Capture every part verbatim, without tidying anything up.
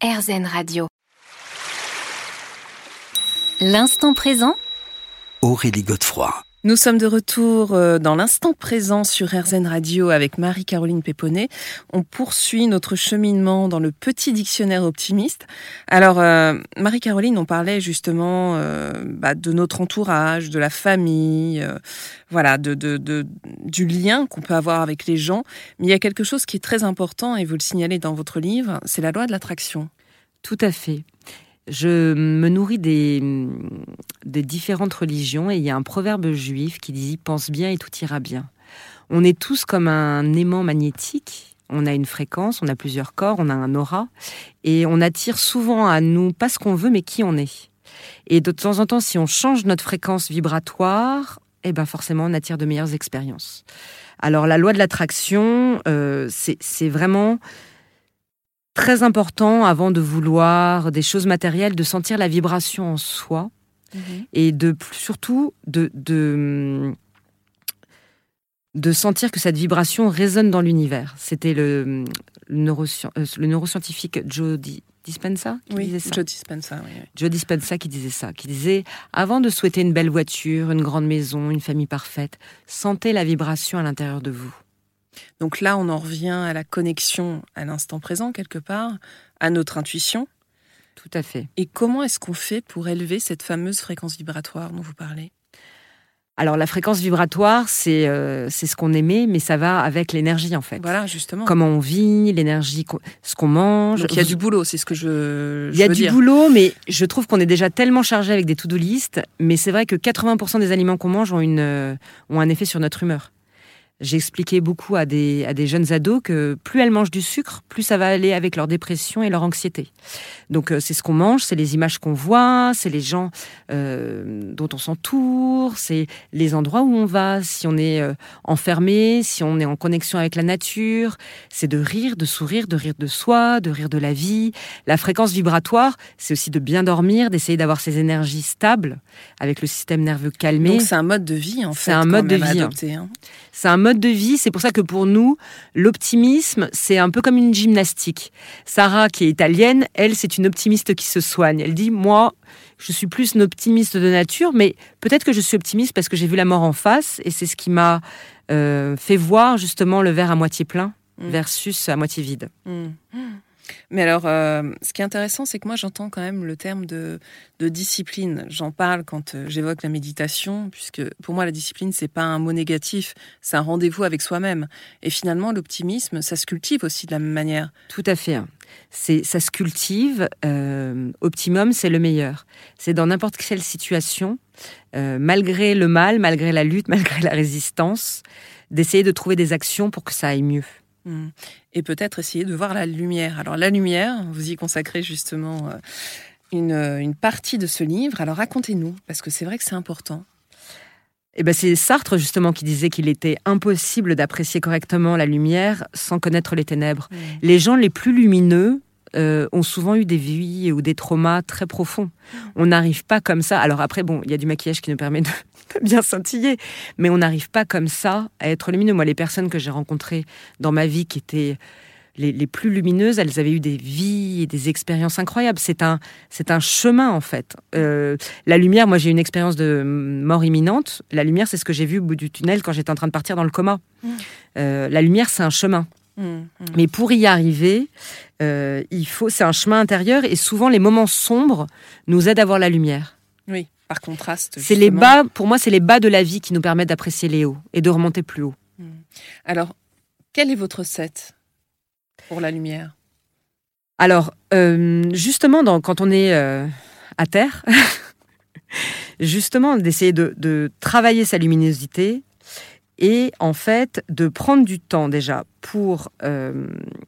AirZen Radio. L'instant présent, Aurélie Godefroy. Nous sommes de retour dans l'instant présent sur AirZen Radio avec Marie-Caroline Péponnet. On poursuit notre cheminement dans le petit dictionnaire optimiste. Alors, euh, Marie-Caroline, on parlait justement euh, bah, de notre entourage, de la famille, euh, voilà, de, de, de, du lien qu'on peut avoir avec les gens. Mais il y a quelque chose qui est très important, et vous le signalez dans votre livre, c'est la loi de l'attraction. Tout à fait. Je me nourris des, des différentes religions et il y a un proverbe juif qui dit « pense bien et tout ira bien ». On est tous comme un aimant magnétique, on a une fréquence, on a plusieurs corps, on a un aura et on attire souvent à nous, pas ce qu'on veut, mais qui on est. Et de temps en temps, si on change notre fréquence vibratoire, eh ben forcément on attire de meilleures expériences. Alors la loi de l'attraction, euh, c'est, c'est vraiment... très important avant de vouloir des choses matérielles, de sentir la vibration en soi mmh. et de surtout de, de, de sentir que cette vibration résonne dans l'univers. C'était le, le, neurosci- le neuroscientifique Joe Dispenza qui oui, disait ça. Joe Dispenza, oui, oui. Joe Dispenza qui disait ça, qui disait avant de souhaiter une belle voiture, une grande maison, une famille parfaite, sentez la vibration à l'intérieur de vous. Donc là, on en revient à la connexion à l'instant présent, quelque part, à notre intuition. Tout à fait. Et comment est-ce qu'on fait pour élever cette fameuse fréquence vibratoire dont vous parlez ? Alors, la fréquence vibratoire, c'est, euh, c'est ce qu'on émet, mais ça va avec l'énergie, en fait. Voilà, justement. Comment on vit, l'énergie, ce qu'on mange. Donc, il y a du boulot, c'est ce que je, je Il y a veux du dire. boulot, mais je trouve qu'on est déjà tellement chargé avec des to-do list, mais c'est vrai que quatre-vingts pour cent des aliments qu'on mange ont, une, euh, ont un effet sur notre humeur. J'ai expliqué beaucoup à des, à des jeunes ados que plus elles mangent du sucre, plus ça va aller avec leur dépression et leur anxiété. Donc euh, c'est ce qu'on mange, c'est les images qu'on voit, c'est les gens euh, dont on s'entoure, c'est les endroits où on va, si on est euh, enfermé, si on est en connexion avec la nature, c'est de rire, de sourire, de rire de soi, de rire de la vie. La fréquence vibratoire, c'est aussi de bien dormir, d'essayer d'avoir ses énergies stables, avec le système nerveux calmé. Donc c'est un mode de vie, en fait. C'est un mode de vie. Adopté, hein. C'est un mode de vie, c'est pour ça que pour nous, l'optimisme, c'est un peu comme une gymnastique. Sarah, qui est italienne, elle, c'est une optimiste qui se soigne. Elle dit, moi, je suis plus une optimiste de nature, mais peut-être que je suis optimiste parce que j'ai vu la mort en face, et c'est ce qui m'a euh, fait voir justement le verre à moitié plein mmh. versus à moitié vide. Mmh. Mais alors, euh, ce qui est intéressant, c'est que moi, j'entends quand même le terme de, de discipline. J'en parle quand euh, j'évoque la méditation, puisque pour moi, la discipline, c'est pas un mot négatif, c'est un rendez-vous avec soi-même. Et finalement, l'optimisme, ça se cultive aussi de la même manière. Tout à fait. C'est, ça se cultive. Euh, optimum, c'est le meilleur. C'est dans n'importe quelle situation, euh, malgré le mal, malgré la lutte, malgré la résistance, d'essayer de trouver des actions pour que ça aille mieux. Et peut-être essayer de voir la lumière. Alors la lumière, vous y consacrez justement une, une partie de ce livre. Alors racontez-nous, parce que c'est vrai que c'est important. Eh ben c'est Sartre justement qui disait qu'il était impossible d'apprécier correctement la lumière sans connaître les ténèbres. Mmh. Les gens les plus lumineux euh, ont souvent eu des vies ou des traumas très profonds. Mmh. On n'arrive pas comme ça. Alors après, bon, il y a du maquillage qui nous permet de bien scintiller, mais on n'arrive pas comme ça à être lumineux. Moi, les personnes que j'ai rencontrées dans ma vie qui étaient les, les plus lumineuses, elles avaient eu des vies et des expériences incroyables. C'est un, c'est un chemin, en fait. Euh, la lumière, moi, j'ai eu une expérience de mort imminente. La lumière, c'est ce que j'ai vu au bout du tunnel quand j'étais en train de partir dans le coma. Mmh. Euh, la lumière, c'est un chemin. Mmh, mmh. Mais pour y arriver, euh, il faut, c'est un chemin intérieur, et souvent, les moments sombres nous aident à voir la lumière. Oui. Par contraste, c'est les bas, pour moi, c'est les bas de la vie qui nous permettent d'apprécier les hauts et de remonter plus haut. Alors, quelle est votre recette pour la lumière ? Alors, euh, justement, dans, quand on est euh, à terre, justement, d'essayer de, de travailler sa luminosité et en fait de prendre du temps déjà pour... Euh,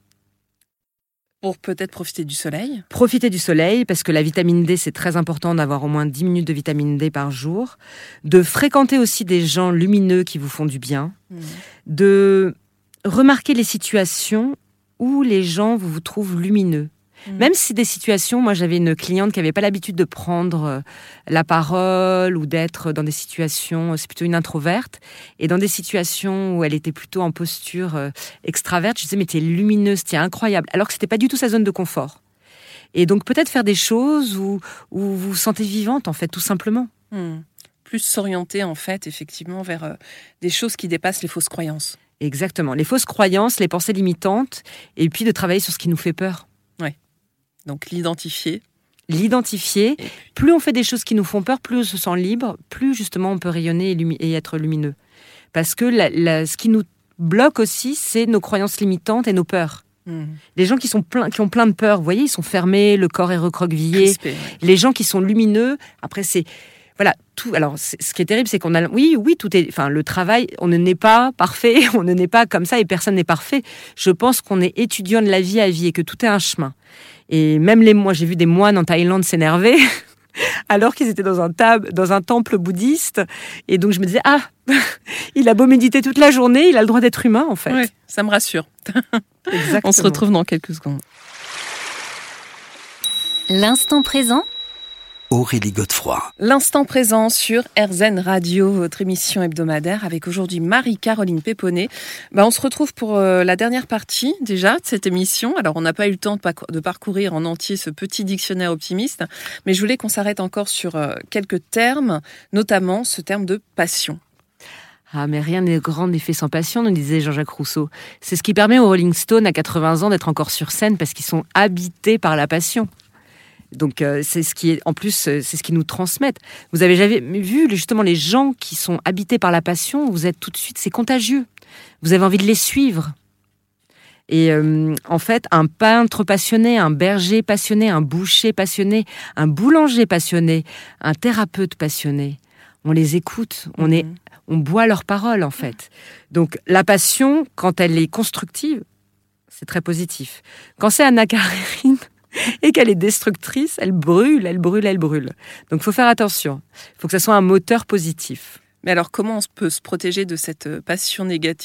Pour peut-être profiter du soleil. Profiter du soleil, parce que la vitamine D, c'est très important d'avoir au moins dix minutes de vitamine D par jour. De fréquenter aussi des gens lumineux qui vous font du bien. Mmh. De remarquer les situations où les gens vous, vous trouvent lumineux. Mmh. Même si des situations, moi j'avais une cliente qui n'avait pas l'habitude de prendre la parole ou d'être dans des situations, c'est plutôt une introverte, et dans des situations où elle était plutôt en posture extraverte, je disais mais t'es lumineuse, t'es incroyable, alors que c'était pas du tout sa zone de confort. Et donc peut-être faire des choses où, où vous vous sentez vivante, en fait, tout simplement. Mmh. Plus s'orienter, en fait, effectivement, vers euh, des choses qui dépassent les fausses croyances. Exactement. Les fausses croyances, les pensées limitantes, et puis de travailler sur ce qui nous fait peur. Oui. Donc l'identifier. L'identifier. Plus on fait des choses qui nous font peur, plus on se sent libre, plus justement on peut rayonner et, lumi- et être lumineux. Parce que la, la, ce qui nous bloque aussi, c'est nos croyances limitantes et nos peurs. Mmh. Les gens qui, sont plein, qui ont plein de peurs, vous voyez, ils sont fermés, le corps est recroquevillé. Crispé, ouais. Les gens qui sont lumineux, après c'est... Voilà, tout. Alors, c'est, ce qui est terrible, c'est qu'on a, oui, oui, tout est, enfin, le travail, on ne naît pas parfait, on ne naît pas comme ça et personne n'est parfait. Je pense qu'on est étudiant de la vie à vie et que tout est un chemin. Et même les, moi, j'ai vu des moines en Thaïlande s'énerver alors qu'ils étaient dans un tab, dans un temple bouddhiste. Et donc, je me disais, ah, il a beau méditer toute la journée, il a le droit d'être humain, en fait. Oui, ça me rassure. Exactement. On se retrouve dans quelques secondes. L'instant présent. Aurélie Godefroy. L'instant présent sur RZN Radio, votre émission hebdomadaire, avec aujourd'hui Marie-Caroline Péponnet. Bah, on se retrouve pour euh, la dernière partie déjà de cette émission. Alors, on n'a pas eu le temps de, pac- de parcourir en entier ce petit dictionnaire optimiste, mais je voulais qu'on s'arrête encore sur euh, quelques termes, notamment ce terme de passion. Ah, mais rien n'est grand n'est fait sans passion, nous disait Jean-Jacques Rousseau. C'est ce qui permet aux Rolling Stones à quatre-vingts ans d'être encore sur scène parce qu'ils sont habités par la passion. Donc euh, c'est ce qui est, en plus, c'est ce qu'ils nous transmettent. Vous avez jamais vu justement les gens qui sont habités par la passion, vous êtes tout de suite, c'est contagieux. Vous avez envie de les suivre. Et euh, en fait, un peintre passionné, un berger passionné, un boucher passionné, un boulanger passionné, un thérapeute passionné, on les écoute, on, est, on boit leurs paroles en fait. Donc la passion, quand elle est constructive, c'est très positif. Quand c'est Anna Karenine et qu'elle est destructrice, elle brûle, elle brûle, elle brûle. Donc il faut faire attention. Il faut que ça soit un moteur positif. Mais alors, comment on peut se protéger de cette passion négative ?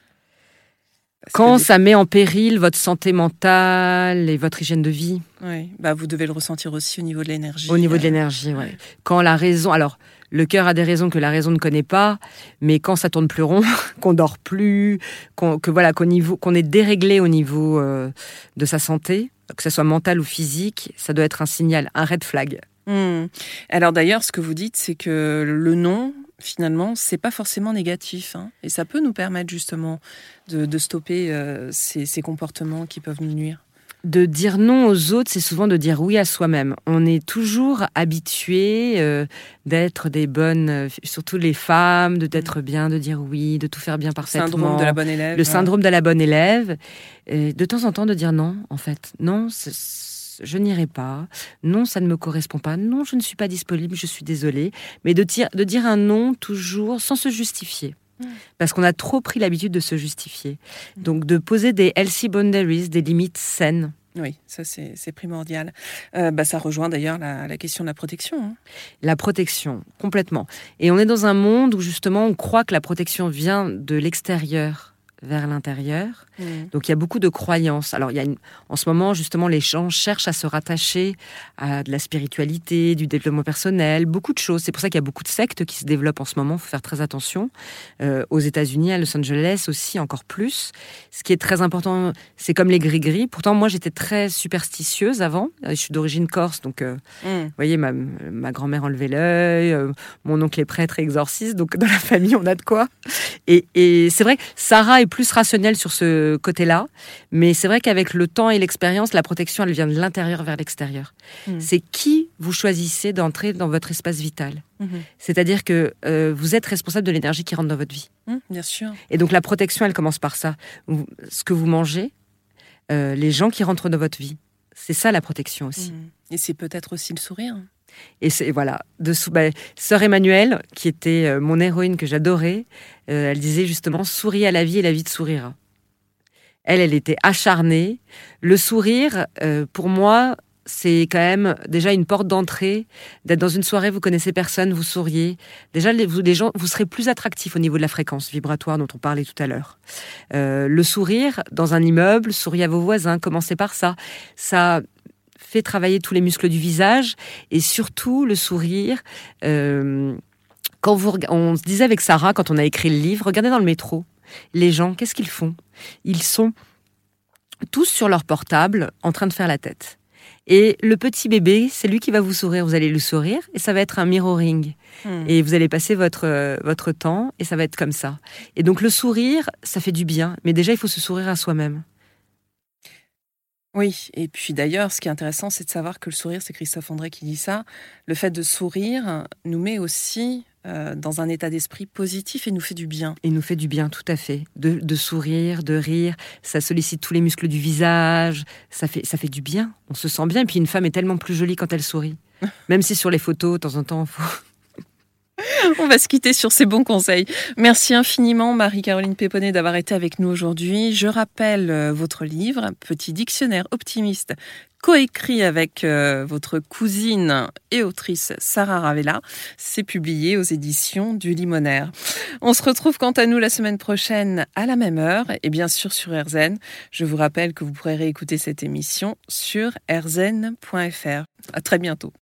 Parce Quand des... ça met en péril votre santé mentale et votre hygiène de vie. Oui, bah vous devez le ressentir aussi au niveau de l'énergie. Au niveau de l'énergie, oui. Quand la raison... Alors, le cœur a des raisons que la raison ne connaît pas, mais quand ça tourne plus rond, qu'on dort plus, qu'on, que, voilà, qu'au niveau, qu'on est déréglé au niveau euh, de sa santé, que ce soit mental ou physique, ça doit être un signal, un red flag. Mmh. Alors d'ailleurs, ce que vous dites, c'est que le non, finalement, c'est pas forcément négatif, hein, et ça peut nous permettre justement de, de stopper euh, ces, ces comportements qui peuvent nous nuire. De dire non aux autres, c'est souvent de dire oui à soi-même. On est toujours habitué euh, d'être des bonnes, euh, surtout les femmes, de d'être bien, de dire oui, de tout faire bien parfaitement. Le syndrome de la bonne élève. Le syndrome de la bonne élève. Et de temps en temps, de dire non, en fait. Non, c'est, c'est, je n'irai pas. Non, ça ne me correspond pas. Non, je ne suis pas disponible, je suis désolée. Mais de dire, de dire un non toujours sans se justifier. Parce qu'on a trop pris l'habitude de se justifier. Donc, de poser des healthy boundaries, des limites saines. Oui, ça, c'est, c'est primordial. Euh, bah, ça rejoint d'ailleurs la, la question de la protection. Hein. La protection, complètement. Et on est dans un monde où, justement, on croit que la protection vient de l'extérieur vers l'intérieur. Mmh. Donc, il y a beaucoup de croyances. Alors, il y a une... en ce moment, justement, les gens cherchent à se rattacher à de la spiritualité, du développement personnel, beaucoup de choses. C'est pour ça qu'il y a beaucoup de sectes qui se développent en ce moment. Il faut faire très attention. Euh, aux États-Unis, à Los Angeles aussi, encore plus. Ce qui est très important, c'est comme les gris-gris. Pourtant, moi, j'étais très superstitieuse avant. Je suis d'origine corse, donc, euh, mmh. vous voyez, ma, ma grand-mère enlevait l'œil, euh, mon oncle est prêtre et exorciste, donc dans la famille, on a de quoi. Et, et c'est vrai que Sarah est plus rationnelle sur ce côté-là, mais c'est vrai qu'avec le temps et l'expérience, la protection, elle vient de l'intérieur vers l'extérieur. Mmh. C'est qui vous choisissez d'entrer dans votre espace vital. Mmh. C'est-à-dire que euh, vous êtes responsable de l'énergie qui rentre dans votre vie. Mmh, bien sûr. Et donc la protection, elle commence par ça. Vous, ce que vous mangez, euh, les gens qui rentrent dans votre vie. C'est ça la protection aussi. Mmh. Et c'est peut-être aussi le sourire. Et c'est, voilà, de, bah, Sœur Emmanuelle, qui était euh, mon héroïne que j'adorais, euh, elle disait justement « Souris à la vie et la vie te sourira ». Elle, elle était acharnée. Le sourire, euh, pour moi, c'est quand même déjà une porte d'entrée. D'être dans une soirée, vous connaissez personne, vous souriez. Déjà, les, vous, les gens, vous serez plus attractifs au niveau de la fréquence vibratoire dont on parlait tout à l'heure. Euh, le sourire, dans un immeuble, souriez à vos voisins, commencez par ça. Ça fait travailler tous les muscles du visage et surtout le sourire. Euh, quand vous, on se disait avec Sarah, quand on a écrit le livre, regardez dans le métro, les gens, qu'est-ce qu'ils font ? Ils sont tous sur leur portable en train de faire la tête. Et le petit bébé, c'est lui qui va vous sourire. Vous allez lui sourire et ça va être un mirroring. Mmh. Et vous allez passer votre, euh, votre temps et ça va être comme ça. Et donc le sourire, ça fait du bien. Mais déjà, il faut se sourire à soi-même. Oui, et puis d'ailleurs, ce qui est intéressant, c'est de savoir que le sourire, c'est Christophe André qui dit ça, le fait de sourire nous met aussi euh, dans un état d'esprit positif et nous fait du bien. Et nous fait du bien, tout à fait. De, de sourire, de rire, ça sollicite tous les muscles du visage, ça fait, ça fait du bien, on se sent bien. Et puis une femme est tellement plus jolie quand elle sourit. Même si sur les photos, de temps en temps, il faut... On va se quitter sur ces bons conseils. Merci infiniment Marie-Caroline Péponnet d'avoir été avec nous aujourd'hui. Je rappelle euh, votre livre, Petit dictionnaire optimiste, coécrit avec euh, votre cousine et autrice Sarah Ravella. C'est publié aux éditions du Limonaire. On se retrouve quant à nous la semaine prochaine à la même heure et bien sûr sur R Z N. Je vous rappelle que vous pourrez réécouter cette émission sur r z n point f r. À très bientôt.